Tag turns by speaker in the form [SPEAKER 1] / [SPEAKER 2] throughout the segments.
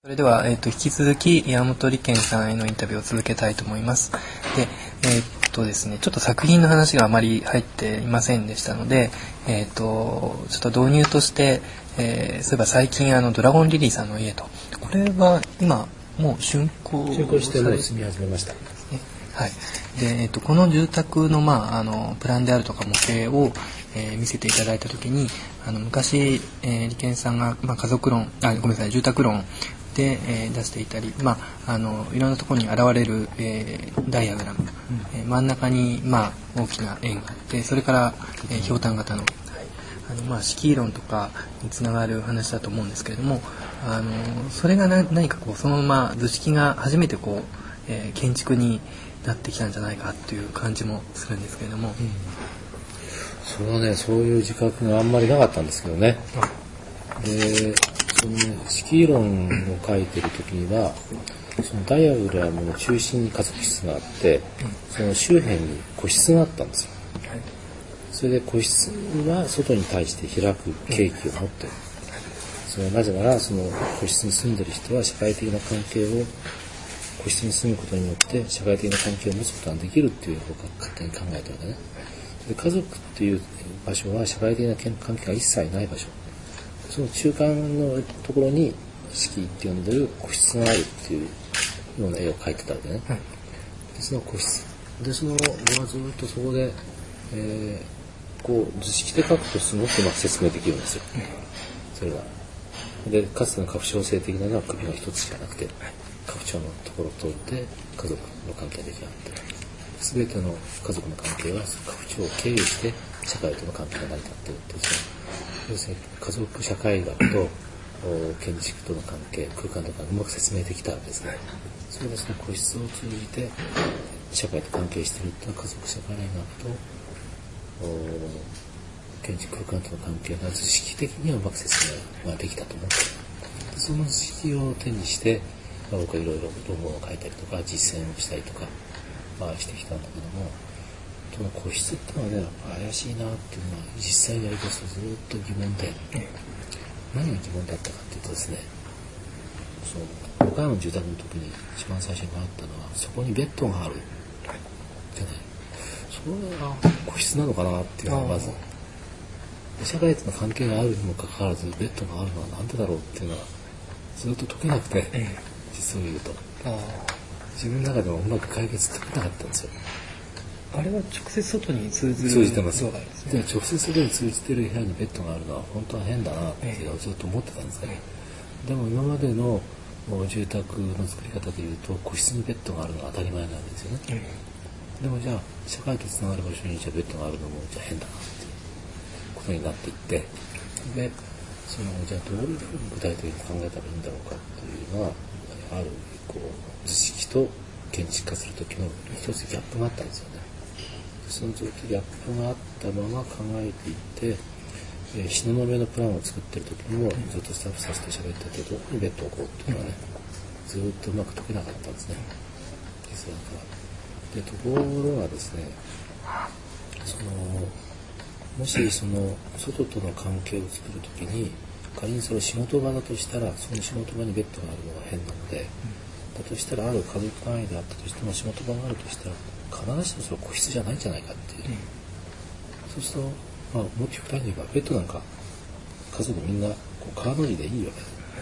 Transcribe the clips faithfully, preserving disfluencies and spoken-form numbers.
[SPEAKER 1] それでは、えー、と引き続き山本理研さんへのインタビューを続けたいと思います。で、えー、っとですね、ちょっと作品の話があまり入っていませんでしたので、えー、っとちょっと導入として、えー、そういえば最近あのドラゴンリリーさんの家と、これは今もう竣工
[SPEAKER 2] 竣工してもう住み始めました。
[SPEAKER 1] はい。で、えー、っとこの住宅のまああのプランであるとか模型をえー、見せていただいたときに、あの昔、えー、理研さんが、まあ、家族論あごめんなさい住宅論で、えー、出していたり、まあ、あのいろんなところに現れる、えー、ダイアグラム、うんえー、真ん中に、まあ、大きな円があってそれから、えー、ひょうたん型の、はいあのまあ、式論とかにつながる話だと思うんですけれども、あのそれがな何かこうそのまま図式が初めてこう、えー、建築になってきたんじゃないかという感じもするんですけれども。うん
[SPEAKER 2] そのね、そういう自覚があんまりなかったんですけどね。で、そのね、式論を書いてる時には、そのダイアグラムの中心に家族室があって、その周辺に個室があったんですよ。それで個室は外に対して開く契機を持ってる。それはなぜなら、その個室に住んでる人は社会的な関係を、個室に住むことによって社会的な関係を持つことができるっていうのを勝手に考えたわけね。で家族っていう場所は社会的な関係が一切ない場所、その中間のところに式って呼んでる個室があるっていうような絵を描いてたわけね、はい、でその個室でその僕はずっとそこで、えー、こう図式で描くとすごくうまく説明できるんですよ、うん、それがでかつての家父長制的なのは首が一つしかなくて、家父長のところを通って家族の関係が出来上がって全ての家族の関係は家父長を経由して社会との関係が成り立っているっていう、要するに家族社会学と建築との関係、空間とかうまく説明できたわけですね。それでその個室を通じて社会と関係しているっていうのは家族社会学と建築空間との関係が図式的にはうまく説明ができたと思っている。その図式を手にして、まあ、僕はいろいろ論文を書いたりとか実践をしたりとかまあ、してきたんだけども、その個室ってのはね怪しいなっていうのは実際にやりだすとずっと疑問で、何が疑問だったかっていうとですね、その岡山の住宅の時に一番最初にあったのはそこにベッドがあるじゃない、それが個室なのかなっていうのがまず社会との関係があるにもかかわらずベッドがあるのはなんでだろうっていうのはずっと解けなくて、実を言うと自分の中でもうまく解決できなかったんですよ。
[SPEAKER 1] あれは直接外に通ずる
[SPEAKER 2] 通じてます。で直接外に通じてる部屋にベッドがあるのは本当は変だなってずっと思ってたんですけど、ええ、でも今までの住宅の作り方でいうと個室にベッドがあるのは当たり前なんですよね、ええ、でもじゃあ社会とつながる場所にじゃあベッドがあるのもじゃあ変だなっていうことになっていって、でそのじゃあどういうふうに具体的に考えたらいいんだろうかっていうのはあるこう図式と建築化する時の一つギャップがあったんですよね。そのずっとギャップがあったまま考えていって、えー、東雲のプランを作ってる時にもずっとスタッフさせて喋っててどこにベッドを置こうっていうのはねずっとうまく解けなかったんですね、実はだからでところがですね、そのもしその外との関係を作る時に仮にそれ仕事場だとしたらその仕事場にベッドがあるのは変なので、だとしたらある家族単位であったとしても仕事場があるとしたら必ずしもそれは個室じゃないんじゃないかっていう、うん、そうすると、まあ、もっと極端に言えばベッドなんか家族みんなこう川の字でいいわけです、はい、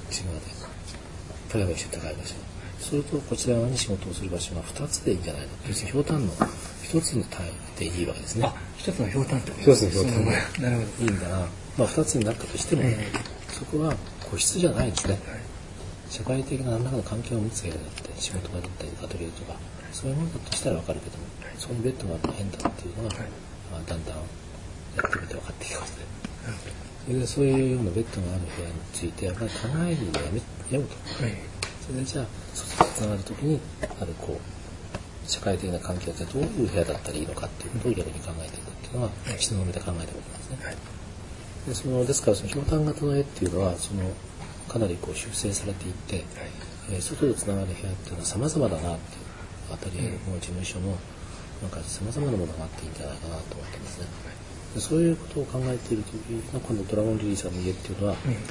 [SPEAKER 2] 島でプライバシー高い場所、それとこちら側に仕事をする場所がふたつでいいんじゃないの、要するにひょうたんのひとつの単位でいいわけですね。
[SPEAKER 1] あ、ひとつのひょうたんって
[SPEAKER 2] ひとつのひょうたんが
[SPEAKER 1] なるほど
[SPEAKER 2] いいんだな、まあ、ふたつになったとしても、ね、そこは個室じゃないんですね、はい、社会的な何らかの関係を持つ部屋だって仕事場だったりアトリエとかそういうものだとしたら分かるけども、そこにベッドがあるのは変だっていうのは、はいまあ、だんだんやってみて分かってきますね、はい、それでそういうようなベッドがある部屋についてやっぱり考えるのやめやめと、はい、それでじゃあ外とつながるときにあるこう社会的な関係がどういう部屋だったらいいのかっていうことを逆に考えていくっていうのは東雲で考えたことなんですね、はい、でそのですからそのひょうたん型の絵っていうのはそのかなりこう修正されていって、はいえー、外とつながる部屋っていうのは様々だなっていうアトリエも事務所もなんか様々なものがあっていいんじゃないかなと思ってますね、はい、でそういうことを考えているときの今度ドラゴンリリーさんの家っていうのは、うん、そ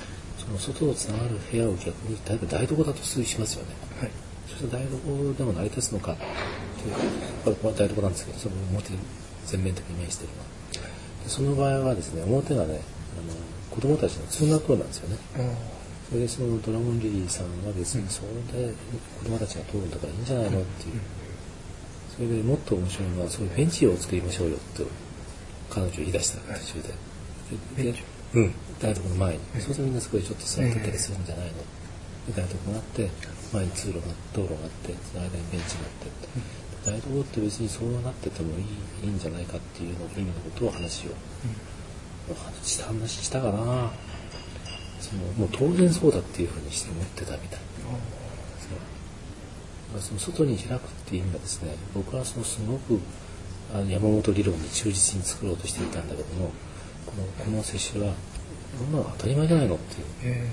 [SPEAKER 2] その外とつながる部屋を逆に例えば台所だと推しますよね、はい、そして台所でも成り立つのかっていう、これは台所なんですけど、その表全面的に面しているのは、その場合はですね、表がね、あの子供たちの通学路なんですよね。それでそのドラゴンリリーさんは別にそれで子供たちが通るんだからいいんじゃないのっていう、それでもっと面白いのはそういうベンチを作りましょうよと彼女言い出した途中で、ででうん、台所の前に、そうするとみんなそこでちょっと座ってたりするんじゃないの、で台所があって前に通路が道路があってその間にベンチがあってって、台所って別にそうなっててもいい、いいんじゃないかっていうの意味のことを話を、うん、した話したかな。そのもう当然そうだっていうふうにして思ってたみたいな。その外に開くっていう意味はですね、僕はそのすごくあの山本理論に忠実に作ろうとしていたんだけども、このこの接種はこんなの当たり前じゃないのっていう、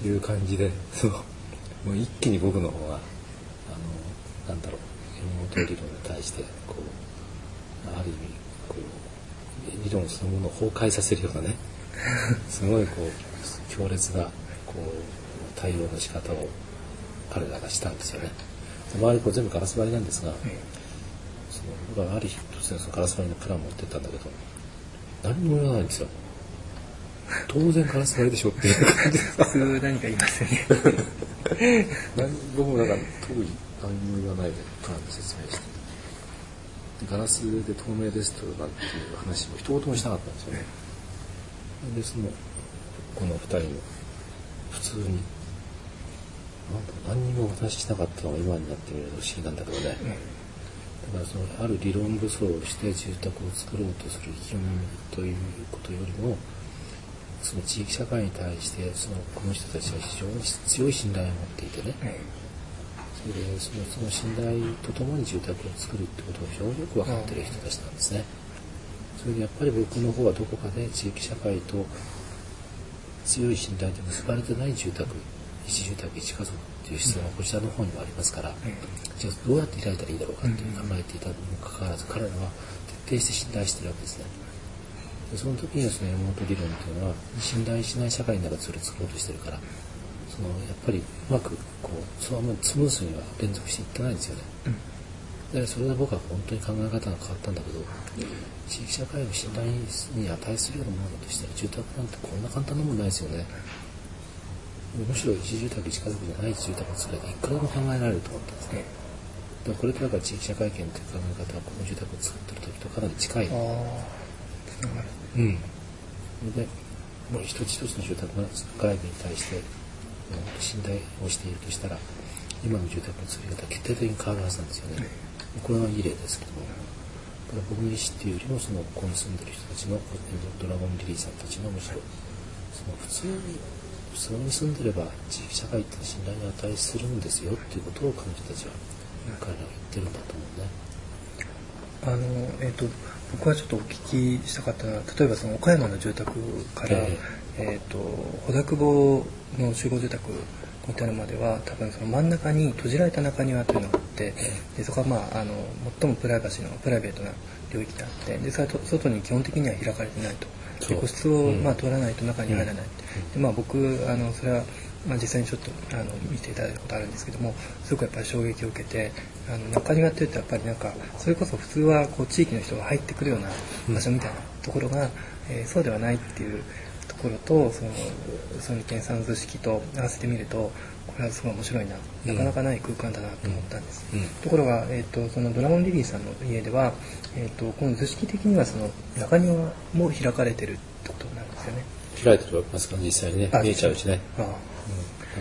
[SPEAKER 2] いう感じで、そうもう一気に僕の方があのなんだろう、山本理論に対してこうある意味こう理論そのものを崩壊させるようなねすごいこう強烈なこう対応の仕方を彼らがしたんですよね。周りこれ全部ガラス張りなんですが、うん、その僕はある日突然そのガラス張りのプランを持ってったんだけど何も言わないんですよ。当然ガラス張りでしょっていう感じで
[SPEAKER 1] 普通何か言いますよね
[SPEAKER 2] 僕もなんか特に何も言わないでプランで説明して、ガラスで透明ですとかっていう話を一言もしなかったんですよね。でそのこのふたりの普通に何にもお話ししなかったのが今になってみると不思議なんだけどね、だからそのある理論武装をして住宅を作ろうとする意気込みということよりも、その地域社会に対してそのこの人たちは非常に強い信頼を持っていてね、それでそのその信頼とともに住宅を作るってことを非常によく分かっている人たちなんですね。それでやっぱり僕の方はどこかで地域社会と強い信頼で結ばれてない住宅、一住宅一家族っていう質問はこちらの方にもありますから、うん、じゃあどうやって開いたらいいだろうかっていう考えていたにもかかわらず、彼らは徹底して信頼しているわけですね。でその時にはその山本理論というのは信頼しない社会の中でそれを作ろうとしてるから、そのやっぱりうまくこうそのままスムースには連続していってないんですよね。うん、でそれで僕は本当に考え方が変わったんだけど、地域社会を信頼に値するようなものだとしたら住宅なんてこんな簡単なもんないですよね。むしろ一住宅一家族じゃない住宅を作ればいくらでも考えられると思ったんですね。だからこれとだから地域社会権という考え方はこの住宅を作ってる時とかなり近い。うん。で、もう一つ一つの住宅が外部に対して信頼をしているとしたら、今の住宅の作り方は決定的に変わるはずなんですよね。これはいい例ですけども、これは僕の意思っていうよりもそのここに住んでる人たちのドラゴンリリーさんたちのむしろその普通にそこに住んでれば地域社会って信頼に値するんですよっていうことを彼女たちは彼らは言ってるんだと思うね。
[SPEAKER 1] あの、えーと、僕はちょっとお聞きしたかったのは、例えばその岡山の住宅から、えーえーと穂高久保の集合住宅に至るまでは多分その真ん中に閉じられた中庭というのがあって、でそこは、まあ、あの最もプライバシーのプライベートな領域であって、でそれは外に基本的には開かれてないと。で個室を、まあ、通らないと中に入らない、で、まあ、僕あのそれは、まあ、実際にちょっとあの見ていただいたことあるんですけども、すごくやっぱり衝撃を受けて、あの中庭っていうとやっぱりなんかそれこそ普通はこう地域の人が入ってくるような場所みたいなところが、えー、そうではないっていうところと、そのその利権さんの図式と合わせてみると、これはすごい面白いな、なかなかない空間だなと思ったんです、うんうん、ところが、えー、とそのドラゴンリリーさんの家では、えー、とこの図式的にはその中庭も開かれてるってことなんですよね。
[SPEAKER 2] 開いてますから実際にね、見えちゃうしね。ああ、うん、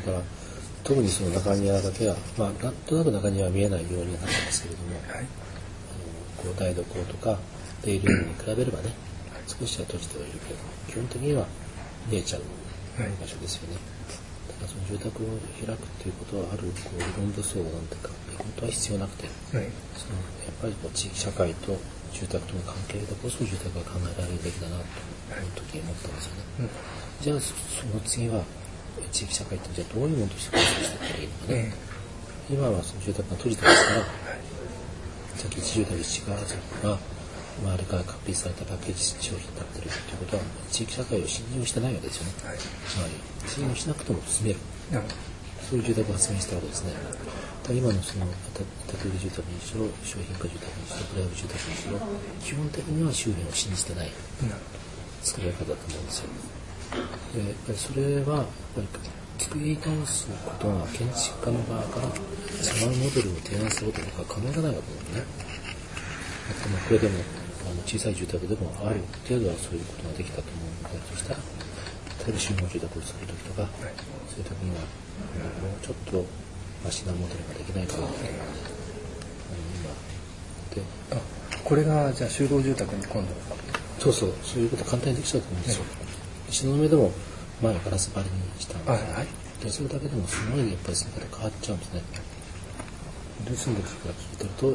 [SPEAKER 2] だから特にその中庭だけは、まあ、なんとなく中庭は見えないようになってますけれども、はい、あのこう台所とか出入り口に比べればね、少しは閉じてはいるけど基本的には見えちゃう場所ですよね。だからその住宅を開くっていうことはあるこう理論武装なんていうか本当は必要なくて、はい、そのやっぱりこう地域社会と住宅との関係でこそ住宅が考えられるべきだなという時に思ったんですよね。うん、じゃあその次は地域社会ってじゃあどういうものとして構成していったらいいのかね。うん、今はその住宅が閉じてますから、さっき一住宅一家族が周りから確立されたパッケージ商品になっているということは地域社会を信用してないわけですよね、はい、つまり信用しなくても住める、うん、そういう住宅を発明したわけですね。今のその建て売り住宅にしろ商品化住宅にしろプライム住宅にしろ基本的には周辺を信じてない、うん、作り方だと思うんですよ。でやっぱりそれはやっぱり作り直すことが建築家の側から違うモデルを提案することが可能じゃないかと思うんですね。まあこれでもあの小さい住宅でもある程度はそういうことができたと思うんだとしたら、例えば集合住宅を作るときとか、はい、そういう時にはもうちょっとマシなモデルができないかなと、あの今で
[SPEAKER 1] あこれがじゃあ集合住宅に今度
[SPEAKER 2] そうそうそういうこと簡単にできちゃうと思うんですよ。東雲でも前はガラス張りにしたんですよ、はい、でそれだけでもすごいやっぱり住み方変わっちゃうんですね。で住んでる人から聞いてると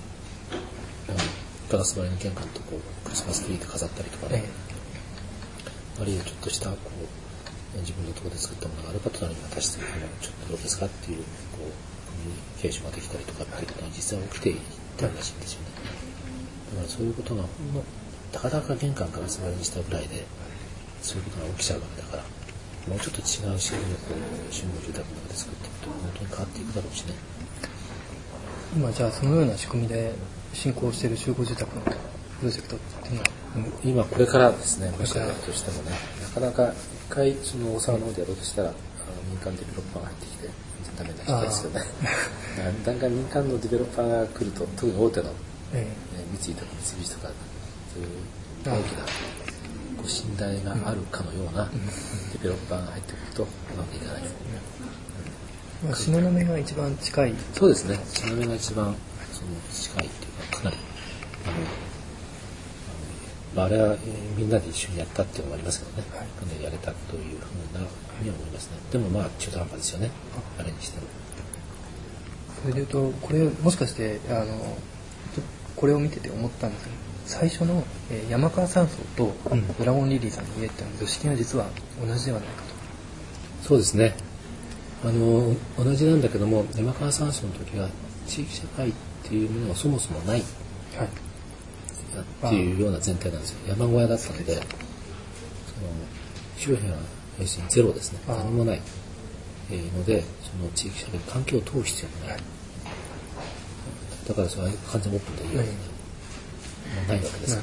[SPEAKER 2] ガラス張りの玄関とこうクリスマスツリーで飾ったりとかね、あるいはちょっとしたこう自分のところで作ったものがあるかと何が足してちょっとどうですかっていうこうコミュニケーションができたりとかっていうことが実際起きていたらしいんですよね。だからそういうことがほんのたかだか玄関からガラス張りにしたぐらいでそういうことが起きちゃうわけだから、もうちょっと違う仕組みをこう集合住宅の中で作っていくと本当に変わっていくだろうしね。
[SPEAKER 1] 今じゃあそのような仕組みで進行している集合住宅のプロジェクトっていうのは
[SPEAKER 2] 今これからですね、もしかしたとしてもね、なかなか一回その大沢の方でやろうとしたら民間デベロッパーが入ってきて全然ダメな人ですよね。だんだん民間のデベロッパーが来ると特に大手の、ええ、三井とか三菱とかそういう大きなこう信頼があるかのようなデベロッパーが入ってくるとうまくいかない。
[SPEAKER 1] 東雲が一番近い。
[SPEAKER 2] そうですね。東雲が一番その近いっていうかかなりあのまあ、あれは、えー、みんなで一緒にやったっていうのもありますけどね、はい、やれたというふうなふうに思いますね。でもまあ中途半端ですよね、あれにしても。
[SPEAKER 1] それでいうとこれもしかしてあのこれを見てて思ったんですけど、最初の、えー、山川山荘と、うん、ドラゴンリリーさんの家っていうのは図式が実は同じではないか
[SPEAKER 2] と。そうですね、あの同じなんだけども山川山荘の時は地域社会っていうものがそもそもない、はいっていうような前提なんですよ。山小屋だったので、その周辺は要するにゼロですね。何もないので、その地域社会に環境を問う必要もない。だからそれは完全オープンでいいわけで、もうないわけですから。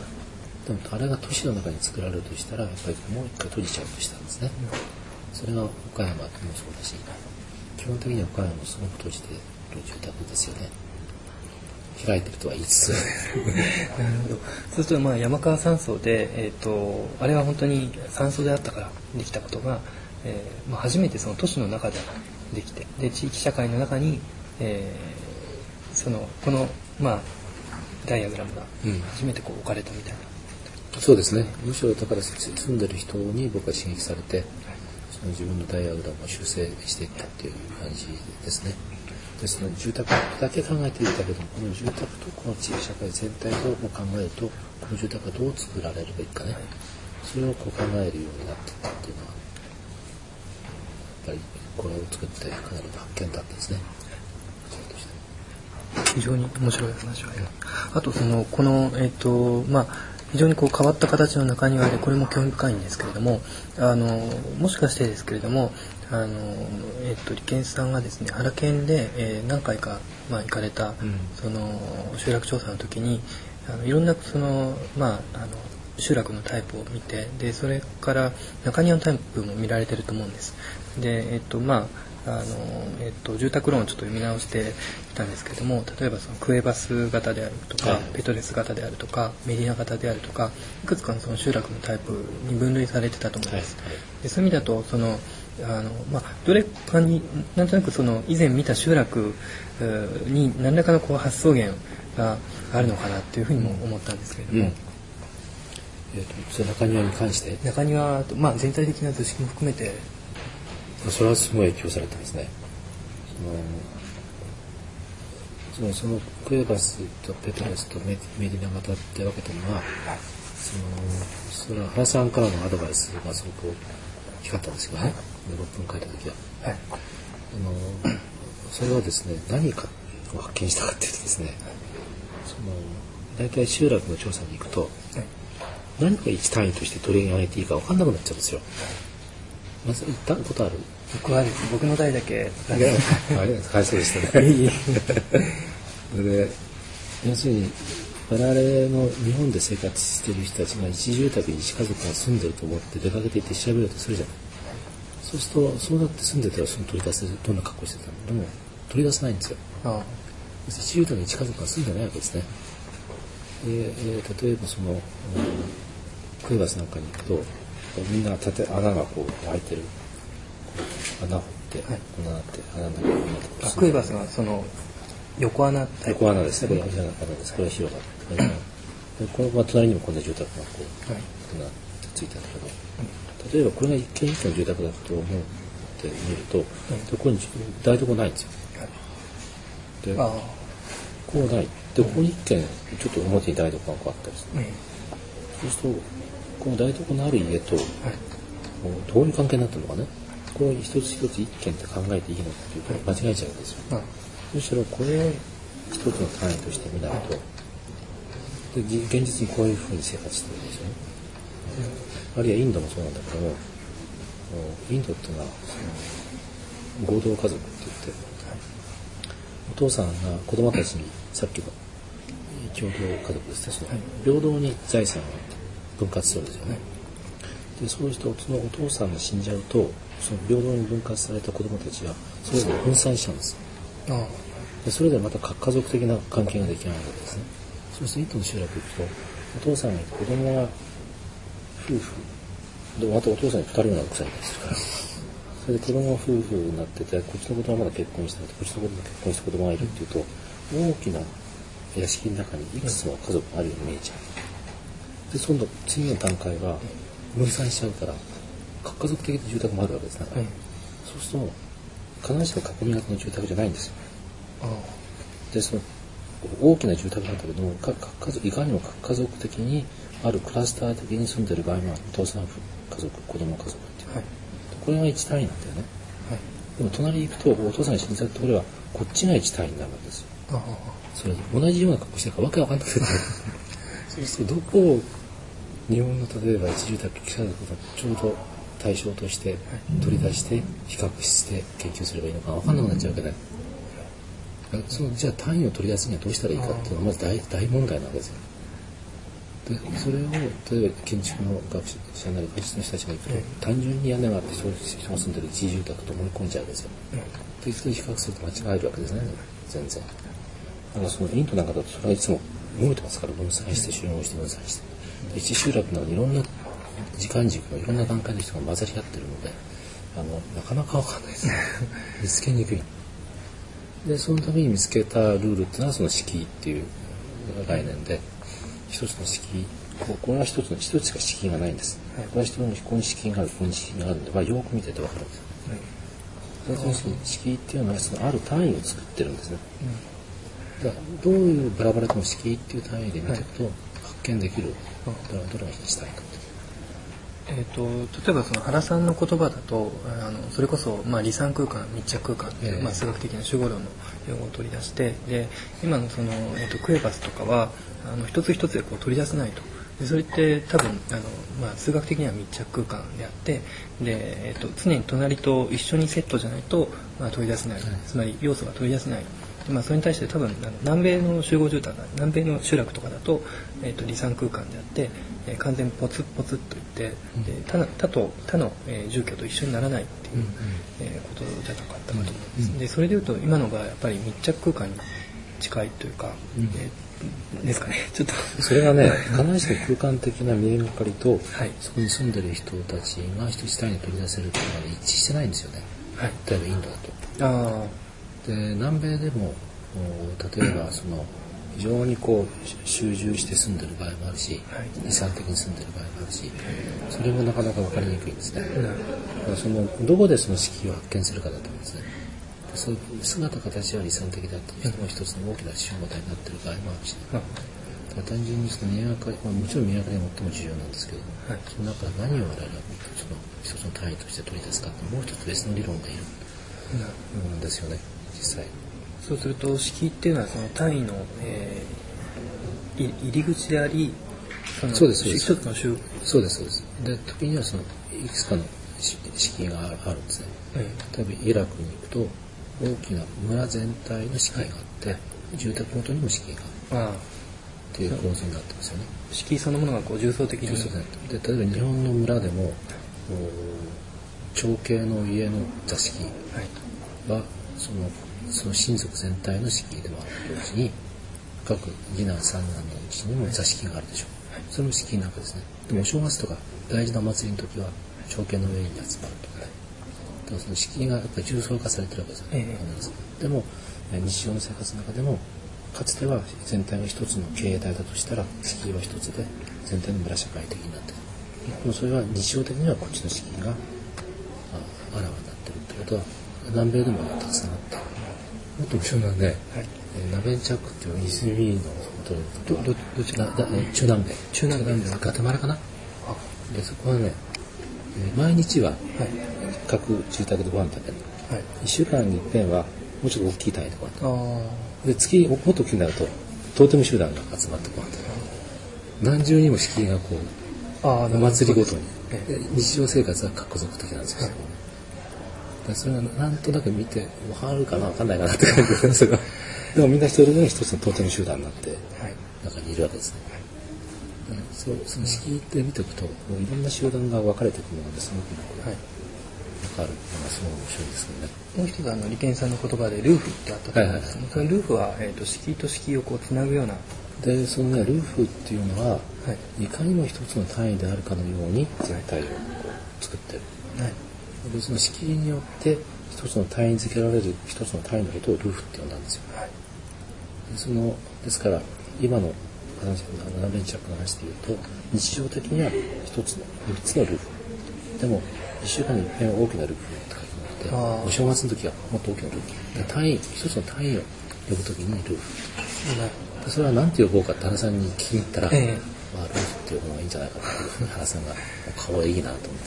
[SPEAKER 2] でもあれが都市の中に作られるとしたら、やっぱりもう一回閉じちゃうとしたんですね。それが岡山もそうだし、基本的には岡山もすごく閉じている住宅ですよね。開いてるとは言いつつなる
[SPEAKER 1] ほど。そうするとまあ山川山荘で、えー、とあれは本当に山荘であったからできたことが、えーまあ、初めてその都市の中でできて、で地域社会の中に、えー、そのこの、まあ、ダイアグラムが初めてこう置かれたみたいな、
[SPEAKER 2] うん、そうですね。むしろだから住んでる人に僕は刺激されて、その自分のダイアグラムを修正していったっていう感じですね。でその住宅だけ考えていたけども、この住宅とこの地域社会全体を考えると、この住宅がどう作られるべきかね、それをこう考えるようになっていったっていうのは、やっぱりこれを作ってかなりの発見だったんですね。
[SPEAKER 1] 非常に面白い話は、あとそのこのえっ、ー、とまあ非常にこう変わった形の中庭で、これも興味深いんですけれども、あのもしかしてですけれども、あのえっと利権さんがですね原県で、えー、何回か、まあ、行かれた、うん、その集落調査の時にあのいろんなその、まあ、あの集落のタイプを見て、でそれから中庭のタイプも見られてると思うんです。でえっとまああのえっと、住宅ローンをちょっと読み直してきたんですけれども、例えばそのクエバス型であるとか、はい、ペトレス型であるとかメディナ型であるとか、いくつかのその集落のタイプに分類されてたと思います。はいはい、でそういう意味だとそのあの、まあ、どれかになんとなくその以前見た集落に何らかのこう発想源があるのかなというふうにも思ったんですけれども、うんうん
[SPEAKER 2] えー、とそれ中庭に関して
[SPEAKER 1] 中庭と、まあ、全体的な図式も含めて
[SPEAKER 2] それはすごい影響されてますね。そのそのクエバスとペトレスとメディナ型って分けたのは、そのそれは原さんからのアドバイスがすごく光ったんですよね。はい、ろっぷん書いた時は、はい、あのそれはですね何かを発見したかっていうとですね、その大体集落の調査に行くと、はい、何かいち単位として取り上げていいか分かんなくなっちゃうんですよ。まず行ったことある？
[SPEAKER 1] 僕は僕の代だけ
[SPEAKER 2] あれかわいそうでしたね。それで要するに我々の日本で生活している人たちが一住宅に一家族が住んでると思って出かけていって調べようとするじゃない。そうするとそうなって住んでたらその取り出せるどんな格好してたのでも取り出せないんですよ。ああ、一住宅に一家族が住んでないわけですね。で、えー、例えばその、うん、クエバスなんかに行くとみんな建て穴がこう開いてる穴を掘って、はい、こんななって穴の中にみんなでこう
[SPEAKER 1] クエバスがその横穴
[SPEAKER 2] 横穴ですね。これは穴です。これは広がって、でこの隣にもこんな住宅がこう、はい、こんなついてるんだけど、うん、例えばこれが一軒一軒の住宅だと思ってみると、うん、ここに台所ないんですよ。はい、であこうない。でここに一軒ちょっと表に台所がこうあったりする、うん、そうするとこの台所のある家と、はい、どういう関係になってるのかね。これを一つ一つ一軒って考えていいのかというと間違えちゃうんですよ。はい、むしろこれを一つの単位として見ないと、で現実にこういうふうに生活してるんですよね。あるいはインドもそうなんだけども、インドっていうのはその合同家族って言って、お父さんが子供たちにさっきの共同家族ですね、その平等に財産を分割するんですよね。でそうするとそのお父さんが死んじゃうとその平等に分割された子供たちがそれぞれ分散しちゃうんです。ああでそれでまた家族的な関係が出来上がるわけですね。そうするとインドの集落行くとお父さんがいて子供が夫婦でまたお父さんにふたりの奥さんいたりするからそれで子供が夫婦になっててこっちの子供はまだ結婚してなくてこっちの子供が結婚して子供がいるっていうと大きな屋敷の中にいくつも家族があるように見えちゃう。でその次の段階が分散しちゃうから核家族的な住宅もあるわけですね。はい、そうすると必ずしも囲み型の住宅じゃないんですよ。あでその大きな住宅なんだけども各家族いかにも核家族的にあるクラスター的に住んでる場合もお父さん家族子供家族っていう、はい、これが一単位なんだよね。はい、でも隣に行くとお父さんが死んじゃうとこれはこっちが一単位になるわけですよ。あそれ同じような格好してるからわけわかんなくてそうするとどこを日本の例えば一住宅記者のことちょうど対象として取り出して比較して研究すればいいのか分かんなくなっちゃうわけで、ね、そのじゃあ単位を取り出すにはどうしたらいいかっていうのはまず 大, 大問題なわけですよ。でそれを例えば建築の学者なり学者の人たちが行くと単純に屋根があって人が住んでる一住宅と思い込んじゃうんですよ。でそれ比較すると間違えるわけですね。全然だからそのインドなんかだとそれはいつも動いてますから分散して集合して分散して一集落なのにいろんな時間軸のいろんな段階の人が混ざり合ってるのであのなかなか分かんないです見つけにくい。でそのために見つけたルールっていうのはその敷居っていう概念で一つの敷居これは一つの一つしか敷居がないんです。はい、これは一つのここに敷居があるここに敷居があるんで、まあ、よく見てて分かるんですよ。はい、その敷居っていうのはそのある単位を作ってるんですね。うん、だからどういうバラバラでも敷居っていう単位で見ていくと、はい発見できるどれがしたいか
[SPEAKER 1] えー、と例えばその原さんの言葉だとあのそれこそ、まあ、離散空間密着空間という、えーまあ、数学的な集合論の用語を取り出してで今のその、えー、とクエバスとかはあの一つ一つでこう取り出せないと。でそれって多分あの、まあ、数学的には密着空間であってで、えー、と常に隣と一緒にセットじゃないと、まあ、取り出せない、はい、つまり要素が取り出せない。まあ、それに対して多分あの南米の集合住宅南米の集落とかだと、えー、と離散空間であって、えー、完全にポツポツといって、うん、で 他, 他, と他の、えー、住居と一緒にならないっていう、うんうんえー、ことじゃなかったかと思います。うん、でそれでいうと今のがやっぱり密着空間に近いというか、うんえー、ですかねちょっと
[SPEAKER 2] それがね必ずしも空間的な見えがかりと、はい、そこに住んでる人たちが一つ単位に取り出せるというのは一致してないんですよね。はい、例えばインドだと。あで南米でも例えばその非常にこう集中して住んでる場合もあるし離散的に住んでる場合もあるしそれもなかなか分かりにくいんですね。だからそのどこでその敷居を発見するかだと思うんですね。そういう姿形は離散的だったとしても一つの大きな集合体になってる場合もあるし、ね、だから単純にその見えがかり、まあ、もちろん見えがかりが最も重要なんですけど、はい、その中で何を我々がその一つの単位として取り出すかってもう一つ別の理論がいるんですよね実際。
[SPEAKER 1] そうすると式っていうのはその単位の、えい入り口であり、その
[SPEAKER 2] そうですそうです
[SPEAKER 1] 一つの集
[SPEAKER 2] そうですそうです。で時にはそのいくつかの敷居があるんですね。
[SPEAKER 1] え
[SPEAKER 2] 例えばイラクに行くと大きな村全体の敷居があって、はい、住宅ごとにも敷居があるっていう構図になってますよね。
[SPEAKER 1] 敷居そのものがこう重層的に。
[SPEAKER 2] で例えば日本の村でも長兄の家の座敷はそのその親族全体の敷居でもある同時に各次男三男のうちにも座敷があるでしょう、はい、それも敷居なわけですね。でもお正月とか大事な祭りの時は長兄の上に集まるとかね。だからその敷居がやっぱり重層化されてるわけですよ、ええ、でも日常の生活の中でもかつては全体が一つの経営体だとしたら敷居は一つで全体の村社会的になっている。でもそれは日常的にはこっちの敷居があらわになっているということは南米でもたくさんあって、もっと面白いのはね、はい、えー、ナベンチャックっていう湖のどどどちらだ、えー、中南米
[SPEAKER 1] 中南米です
[SPEAKER 2] ガテマラかな。でそこはね、えー、毎日は各住宅でご飯食べるの、はい、いっしゅうかんにいっぺんはもうちょっと大きい単位でご飯食べる。で月もっと大きくなるとトーテム集団が集まってご飯食べる。何重にも敷居がこうお祭りごとに、えー、日常生活は各族的なんですよ、はい、それはなんとなく見て分かるかな分かんないかなって感じですけどでもみんな一人で一つのトーテム集団になって中にいるわけですね、はい、そうその敷居って見ておくともういろんな集団が分かれていくのがすごく、はい、分かるのがすごい面白いですよね。
[SPEAKER 1] もう一つあの利権さんの言葉でルーフってあったと思うんですけど、はいはい、そのルーフは、えー、と敷居と敷居をこうつなぐような
[SPEAKER 2] でそのねルーフっていうのは、はい、いかにも一つの単位であるかのように全体をこう作ってる、はい、でその敷居によって一つの単位付けられる一つの単位のことをルーフって呼んだんですよ、はい、でそのですから今の話のナベンチャックの話で言うと日常的には一つのみっつのルーフでもいっしゅうかんにいっぺん大きなルーフって書いてあってお正月の時はもっと大きなルーフ単位一つの単位を呼ぶ時にルーフ、うんそれは何て呼ぼうかって原さんに聞いたら、ええまあ、ルーフっていう方がいいんじゃないかというふうに原さんが顔いいなと思って、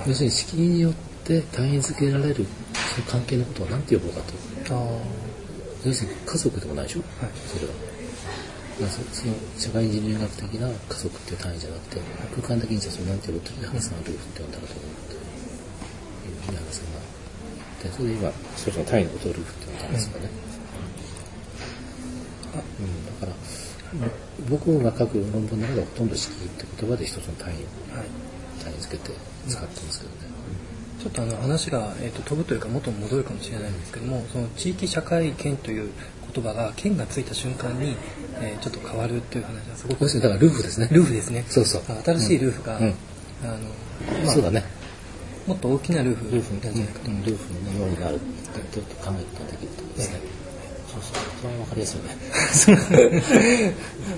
[SPEAKER 2] 要するに敷居によって単位付けられるその関係のことを何て呼ぼうかと。あ要するに家族でもないでしょ、はい、それは、まあ、そ, その社会人類学的な家族っていう単位じゃなくて空間的にじゃそれ何て呼ぶときに原さんはルーフって呼んだらと思うというふうに原さんが言ってそれで今一つの単位のことをルーフって呼んだんですよね、うんうん、だから僕が書く論文の中ではほとんど敷居って言葉で一つの単位を、はい、単位付けて使ってますけどね、
[SPEAKER 1] うん、ちょっとあの話が、えー、と飛ぶというか元に戻るかもしれないんですけどもその地域社会圏という言葉が県がついた瞬間に、えー、ちょっと変わるっていう話はすごく
[SPEAKER 2] だからルーフですね
[SPEAKER 1] ルーフですね
[SPEAKER 2] そうそう
[SPEAKER 1] 新しいルーフが、うんうんあの
[SPEAKER 2] まあ、そうだね
[SPEAKER 1] もっと大きなルーフなんじゃないかと、
[SPEAKER 2] うん、ルーフのようになるって考えることができるとですね、えーそうそう、それは分かりやすいね。そうですね。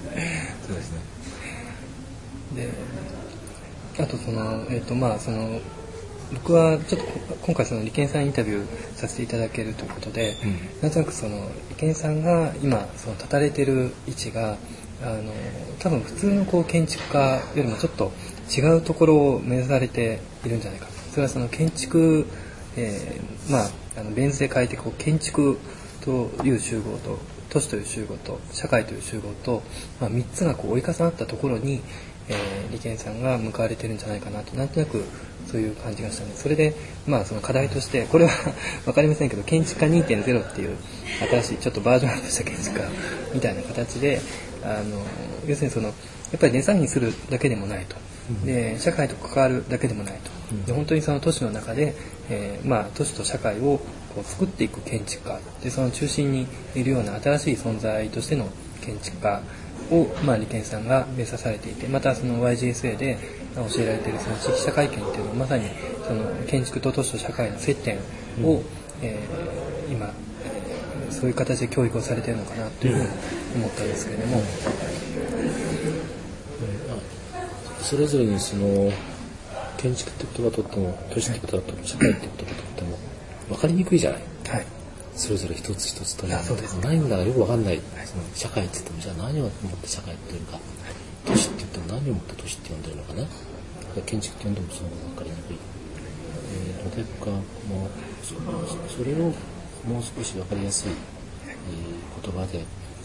[SPEAKER 1] で、あとそのえっ、ー、とまあその僕はちょっと今回その利権さんインタビューさせていただけるということで、うん、なんとなくその利権さんが今その立たれてる位置があの多分普通のこう建築家よりもちょっと違うところを目指されているんじゃないか。それはその建築、えー、まああのベン図で書いてこう建築という集合と都市という集合と社会という集合と、まあ、みっつがこう追い重なったところに、えー、利権さんが向かわれてるんじゃないかなとなんとなくそういう感じがしたんでそれで、まあ、その課題としてこれは分かりませんけど建築家 にてんゼロ っていう新しいちょっとバージョンアップした建築家みたいな形であの要するにそのやっぱりデザインするだけでもないと。で社会と関わるだけでもないと。で本当にその都市の中で、えーまあ、都市と社会をこう作っていく建築家でその中心にいるような新しい存在としての建築家を、まあ、利権さんが目指されていてまたその ワイジーエスエー で教えられているその地域社会圏っていうのはまさにその建築と都市と社会の接点を、うんえー、今、えー、そういう形で教育をされているのかなというふうに思ったんですけれども、うん
[SPEAKER 2] それぞれにその建築って言葉とっても都市って言葉とって社会って言葉とっても分かりにくいじゃない、はい、それぞれ一つ一つという何だかよく分かんない、はい、その社会って言ってもじゃあ何をもって社会っていうか、はい、都市って言っても何をもって都市って呼んでるのかね建築って呼んでもその分かりにくい、えー、ので僕はもう そ, それをもう少し分かりやすい、えー、言葉で書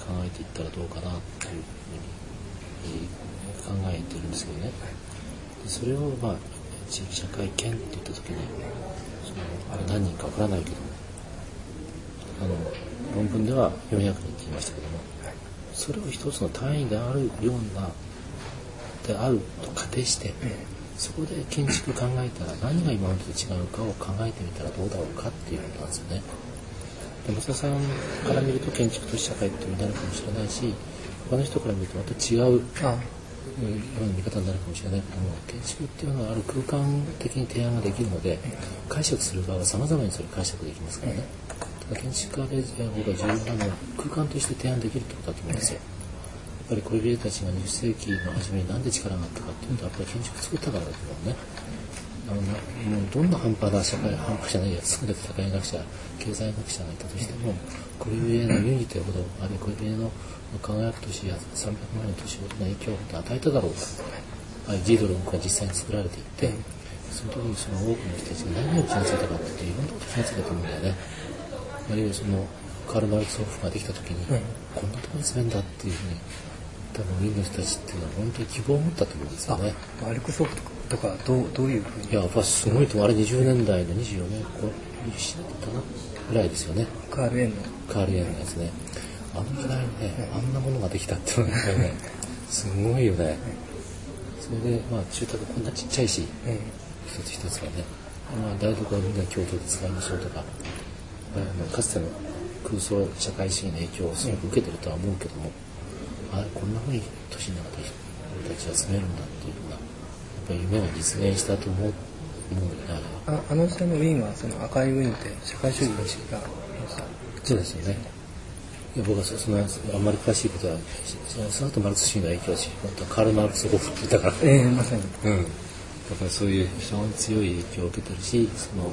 [SPEAKER 2] 考えていったらどうかなというふうに考えてるんですけどね。でそれをまあ地域社会研って言った時にそのあれ何人かわからないけどもあの論文ではよんひゃくにんって言いましたけどもそれを一つの単位であるようなであると仮定してそこで建築考えたら何が今までと違うかを考えてみたらどうだろうかっていうことなんですよね。で松田さんから見ると建築と社会っていうのになるかもしれないし他の人から見るとまた違うような見方になるかもしれないけども建築っていうのはある空間的に提案ができるので解釈する側は様々にそれ解釈できますからね。建築家で僕は重要なのは空間として提案できるってことだと思うんですよ。やっぱりコルビュジエたちがにじゅっ世紀の初めになんで力があったかっていうとやっぱり建築作ったからだと思うね。あのもうどんな半端な社会半端じゃないや優れた社会学者経済学者がいたとしてもコルビュジエのユニティほどあるいはコルビュジエの科学都市やさんびゃくまんの都市ほどの影響を与えただろうか。あジードロンが実際に作られていってその時にその多くの人たちが何を気がついたかっていろんなことを気がついたと思うんだよね。あるいはそのカール・マルクス・ホフができた時に、うん、こんなところに住めんだっていうふうに多分ウィーンの人たちっていうのは本当に希望を持ったと思うんですよね。
[SPEAKER 1] マルクス・ホフとかどうどういうふうに
[SPEAKER 2] いややっぱすごいと思う。あれにじゅうねんだいのにじゅうよねんこうにじゅうなかなぐらいですよね。
[SPEAKER 1] カール・エンの
[SPEAKER 2] カール・エンのやつね。あの時代にね、うん、あんなものができたっていうのはねすごいよね。それでまあ住宅こんなちっちゃいし、うん、一つ一つがね、まあ、台所はみんな共同で使いましょうとかかつての空想社会主義の影響をすごく受けてるとは思うけども、うん、あこんなふうに都市の中で俺たちは住めるんだっていうようなやっぱり夢が実現したと思う思うよね。
[SPEAKER 1] ああの時代のウィーンはその赤いウィーンって社会主義が
[SPEAKER 2] そうですよね。いや僕はそそのあんまり詳しいことはその後マルクス主義の影響はしカール・マルクス・ホフって言ったから、
[SPEAKER 1] えー、まさに、
[SPEAKER 2] うん、だからそういう非常に強い影響を受けてるしその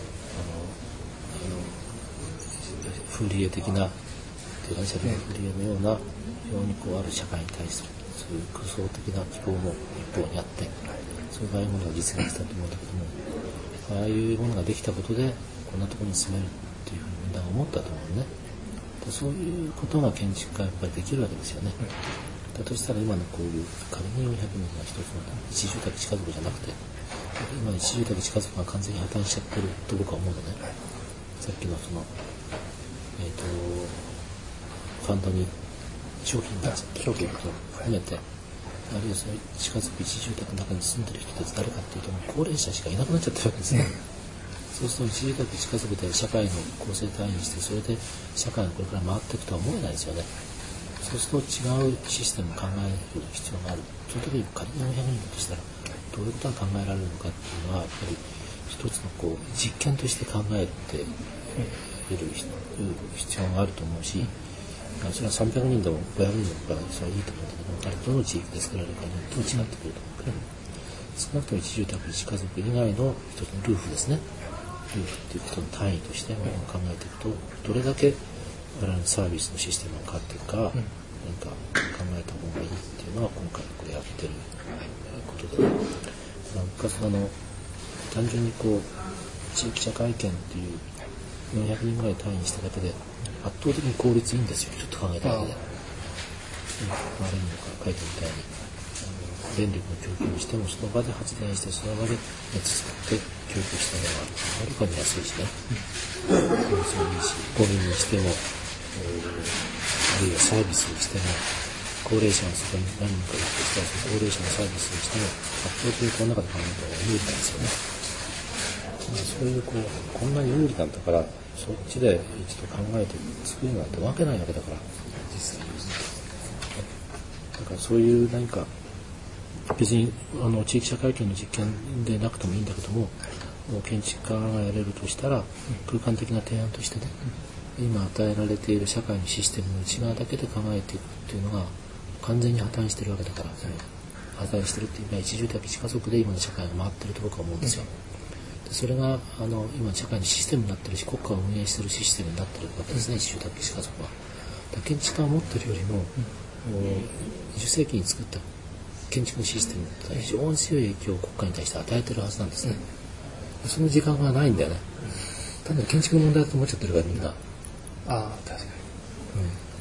[SPEAKER 2] フリエ的なテラシャルのフリエのような非常にこうある社会に対するそういう空想的な希望も一方にあってそういうものが実現したと思うんだけどもああいうものができたことでこんなところに住めるっていうふうにみんなが思ったと思うね。でそういうことが建築家はやっぱりできるわけですよね。だとしたら今のこういう仮によんひゃくにんが一つの一住宅地家族じゃなくて今一住宅地家族が完全に破綻しちゃってると僕は思うのね。さっきのそのえー、とファンドに商品が商品を含めてあるいはその近づく一住宅の中に住んでる人たち誰かっていうと高齢者しかいなくなっちゃってるわけですね、うん、そうすると一住宅近づくで社会の構成単位にしてそれで社会がこれから回っていくとは思えないですよね。そうすると違うシステムを考える必要がある。その時に仮によんひゃくにんだとしたらどういうことが考えられるのかっていうのはやっぱり一つのこう実験として考えるって得る必要があると思うし、それはさんびゃくにんでもごひゃくにんでもそれはいいと思うんだけど、あれどの地域で作られるかによっても違ってくると思うけど、少なくとも一住宅一家族以外の一つのルーフですね。ルーフっていうことの単位としても考えていくと、どれだけ我々のサービスのシステムが変わっていくか、何か考えた方がいいっていうのは今回これやってることで、なんかその単純にこう地域社会権っていうよんひゃくにんぐらい単位にしただけで圧倒的に効率いいんですよ。ちょっと考えただけで、うん、悪いのか書いてみたいに電力の供給にしてもその場で発電してその場で熱使って供給したのがはるかに安いしね、効率もいいし、ゴミにしても、あるいはサービスにしても高齢者がそこに何人かいるとしたらその高齢者のサービスにしても圧倒的にこの中で考えた方が有利なんですよね。そういうこうこんなに有利なんだからそっちで一度考えて作るなんてわけないわけだから実際にだからそういう何か別にあの地域社会権の実験でなくてもいいんだけども建築家がやれるとしたら空間的な提案としてね今与えられている社会のシステムの内側だけで考えていくっていうのが完全に破綻してるわけだから破綻してるっていうのは一住宅一家族で今の社会が回ってると僕は思うんですよ。それがあの今社会のシステムになってるし国家を運営してるシステムになってるわけですね、一住宅一家族は。建築家が持ってるよりも、うん、じゅっ世紀に作った建築のシステムって非常に強い影響を国家に対して与えてるはずなんですね、うん、その時間がないんだよね。単なる建築の問題だと思っちゃってるからみんな。
[SPEAKER 1] ああ確かに、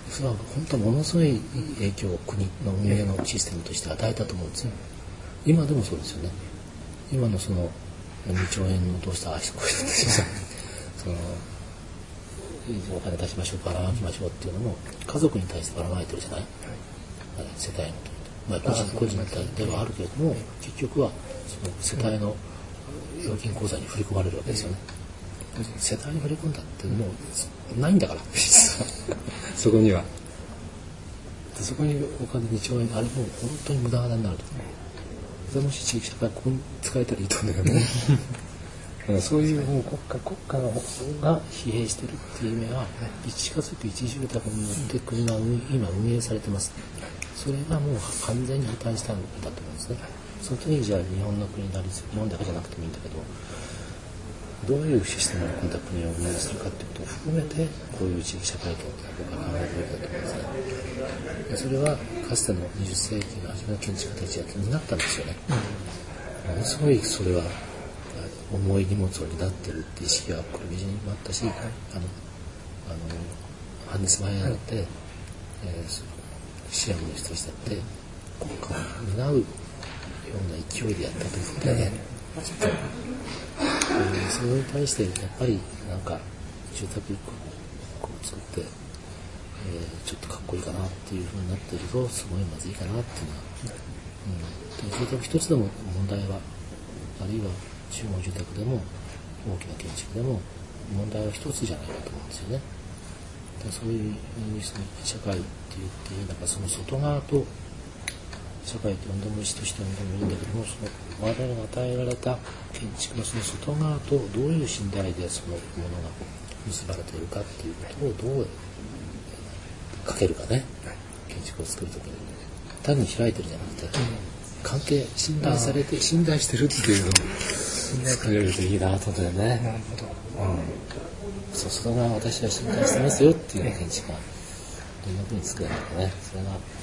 [SPEAKER 2] それは本当ものすごい影響を国の運営のシステムとして与えたと思うんですよ。今でもそうですよね。今のそのにちょうえんのどうしたあこういうそのお金出しましょうばらまきましょうっていうのも家族に対してばらまいてるじゃない、はい、世帯の、まあ、個人個人ではあるけれども結局はその世帯の預金口座に振り込まれるわけですよね。世帯に振り込んだってもうないんだからそこにはそこにお金にちょうえんあれもう本当に無駄なになるとそれもし地域社会ここに使えたらいいと思うんだけどねそういうもう国家国家が疲弊してるっていう意味は一家族一住宅によって国が今運営されてます。それがもう完全に破綻したんだと思うんですね。その時にじゃあ日本の国なり日本だけじゃなくてもいいんだけどどういうシステムで今度は国を運営するかっていうことを含めてこういう地域社会と僕は考えるべきだと思うんですね。それはかつてのにじゅっせいきの初めの建築家たちが気になったんですよね。ものすごいそれは重い荷物を担ってるって意識はこれ美人にもあったし、はい、あのあのハンネス・マイヤーだって、はいえー、シアムの人たちだって国家を担うような勢いでやったということでね、はいえー、それに対してやっぱりなんか住宅一個を作って、えー、ちょっとかっこいいかなっていうふうになっているとすごいまずいかなっていうのは、うん、住宅一つでも問題はあるいは集合住宅でも大きな建築でも問題は一つじゃないかと思うんですよね。そういう社会って言っていいのかその外側と社会って呼んでもいいしとして呼んでもいいんだけどもその我々が与えられた建築のその外側とどういう信頼でそのものが結ばれているかっていうことをどうかけるかね建築を作るときに単に開いてるじゃなくて関係信頼されて信頼してるっていうのを作れるといいなと思ってね。なるほど、うん、そう外側私は信頼してますよっていうような建築がどんなふうに作れるのかねそれがなんか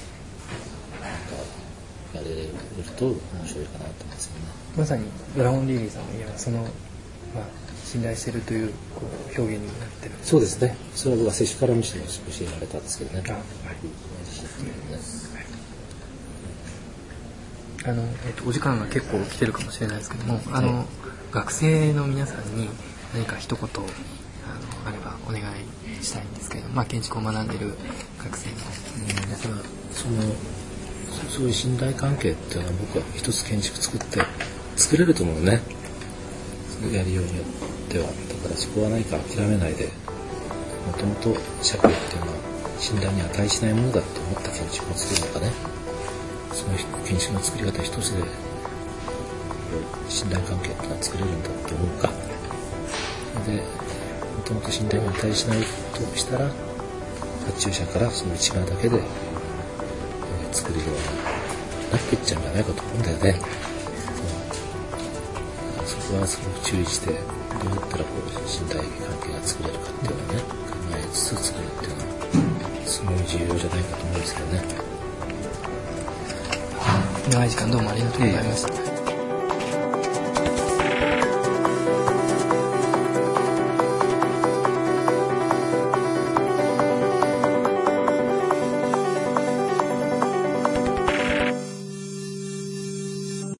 [SPEAKER 2] やれると面白いかなと思うんですよね。
[SPEAKER 1] まさにブラウン・リーリーさんの家はその、まあ、信頼しているというこう表現になってる。
[SPEAKER 2] そうですね。それは僕は接種からむしろ教えられたんですけどね。あ、はい、
[SPEAKER 1] あのえっと、お時間が結構来てるかもしれないですけども、あの、はい、学生の皆さんに何か一言あのあればお願いしたいんですけれども、まあ、建築を学んでいる学生の皆さん、うん、
[SPEAKER 2] そのそういう信頼関係っていうのは僕は一つ建築作って作れると思うね。やりようによってはだからそこは何か諦めないでもともと社会っていうのは信頼に値しないものだって思った建築を作るのかねその建築の作り方一つで信頼関係っていうのは作れるんだと思うかでもともと信頼に値しないとしたら発注者からその内側だけで、えー、作れるようになっていっちゃうんじゃないかと思うんだよね。そこはすごく注意してどうやったらこう信頼関係が作れるかっていうのをね考えつつ作るっていうのはすごい重要じゃないかと思うんですけどね。
[SPEAKER 1] 長い時間どうもありがとうございました。